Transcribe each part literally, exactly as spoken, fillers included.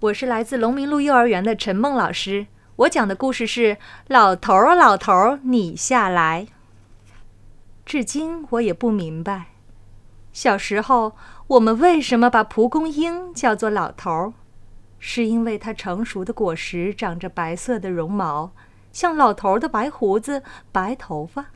我是来自龙明路幼儿园的陈梦老师，我讲的故事是老头儿老头儿你下来。至今我也不明白，小时候我们为什么把蒲公英叫做老头儿，是因为它成熟的果实长着白色的绒毛，像老头儿的白胡子、白头发。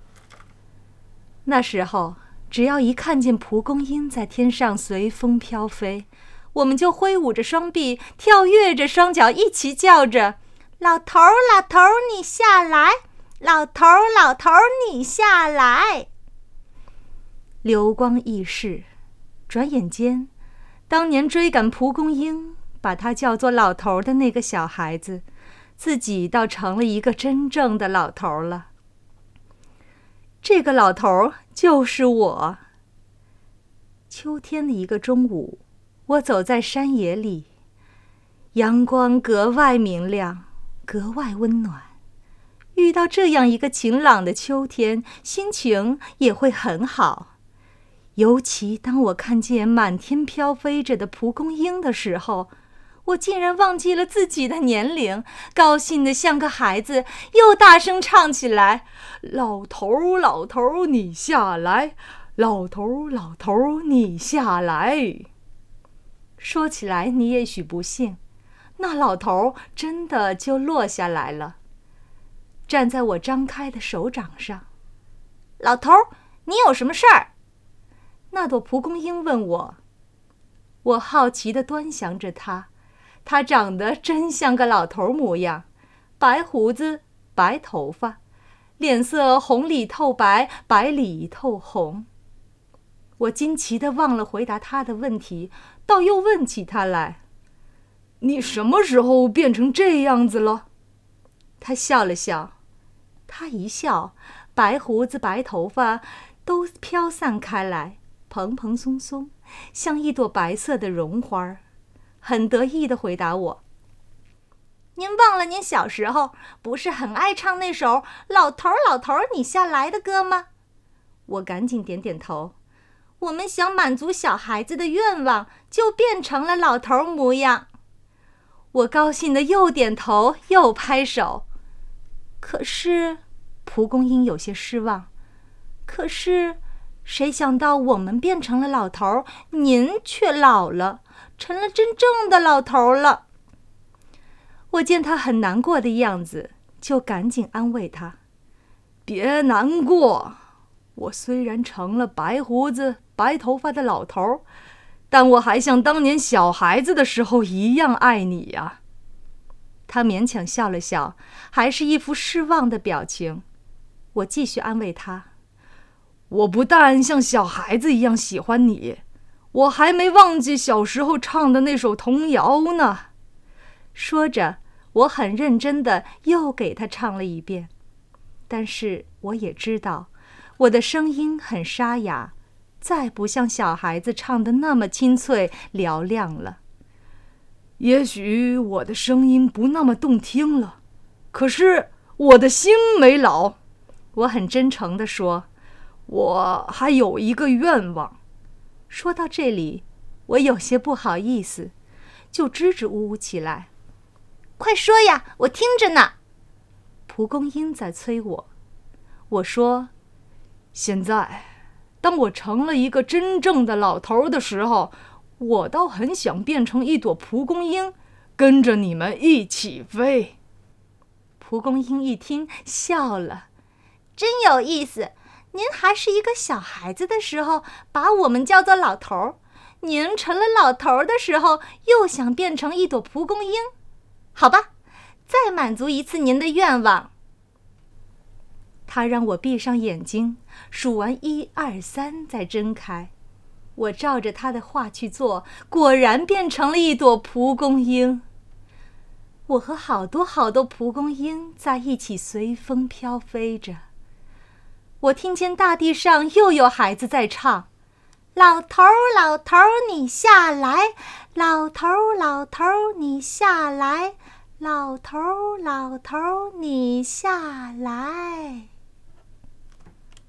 那时候只要一看见蒲公英在天上随风飘飞，我们就挥舞着双臂，跳跃着双脚，一起叫着：老头儿老头儿你下来，老头儿老头儿你下来。流光易逝，转眼间，当年追赶蒲公英把他叫做老头儿的那个小孩子，自己倒成了一个真正的老头儿了。这个老头儿就是我。秋天的一个中午，我走在山野里，阳光格外明亮，格外温暖。遇到这样一个晴朗的秋天，心情也会很好。尤其当我看见满天飘飞着的蒲公英的时候，我竟然忘记了自己的年龄，高兴得像个孩子，又大声唱起来：老头儿老头儿你下来，老头儿老头儿你下来。说起来你也许不信，那老头儿真的就落下来了，站在我张开的手掌上。老头儿，你有什么事儿？那朵蒲公英问我。我好奇地端详着它，它长得真像个老头模样，白胡子，白头发，脸色红里透白，白里透红。我惊奇地忘了回答他的问题，倒又问起他来：你什么时候变成这样子了？他笑了笑，他一笑，白胡子白头发都飘散开来，蓬蓬松松，像一朵白色的绒花，很得意地回答我：您忘了您小时候不是很爱唱那首老头儿老头儿你下来的歌吗？我赶紧点点头。我们想满足小孩子的愿望，就变成了老头模样。我高兴地又点头又拍手。可是，蒲公英有些失望。可是，谁想到我们变成了老头，您却老了，成了真正的老头了。我见他很难过的样子，就赶紧安慰他：别难过，我虽然成了白胡子白头发的老头，但我还像当年小孩子的时候一样爱你呀。他勉强笑了笑，还是一副失望的表情。我继续安慰他：我不但像小孩子一样喜欢你，我还没忘记小时候唱的那首童谣呢。说着，我很认真地又给他唱了一遍。但是我也知道，我的声音很沙哑，再不像小孩子唱的那么清脆嘹亮了。也许我的声音不那么动听了，可是我的心没老。我很真诚地说，我还有一个愿望。说到这里，我有些不好意思，就支支吾吾起来。快说呀，我听着呢。蒲公英在催我。我说，现在当我成了一个真正的老头的时候，我倒很想变成一朵蒲公英，跟着你们一起飞。蒲公英一听笑了，真有意思，您还是一个小孩子的时候把我们叫做老头，您成了老头的时候又想变成一朵蒲公英。好吧，再满足一次您的愿望。他让我闭上眼睛，数完一二三再睁开。我照着他的话去做，果然变成了一朵蒲公英。我和好多好多蒲公英在一起随风飘飞着。我听见大地上又有孩子在唱：老头儿老头儿你下来，老头儿老头儿你下来，老头儿老头儿你下来。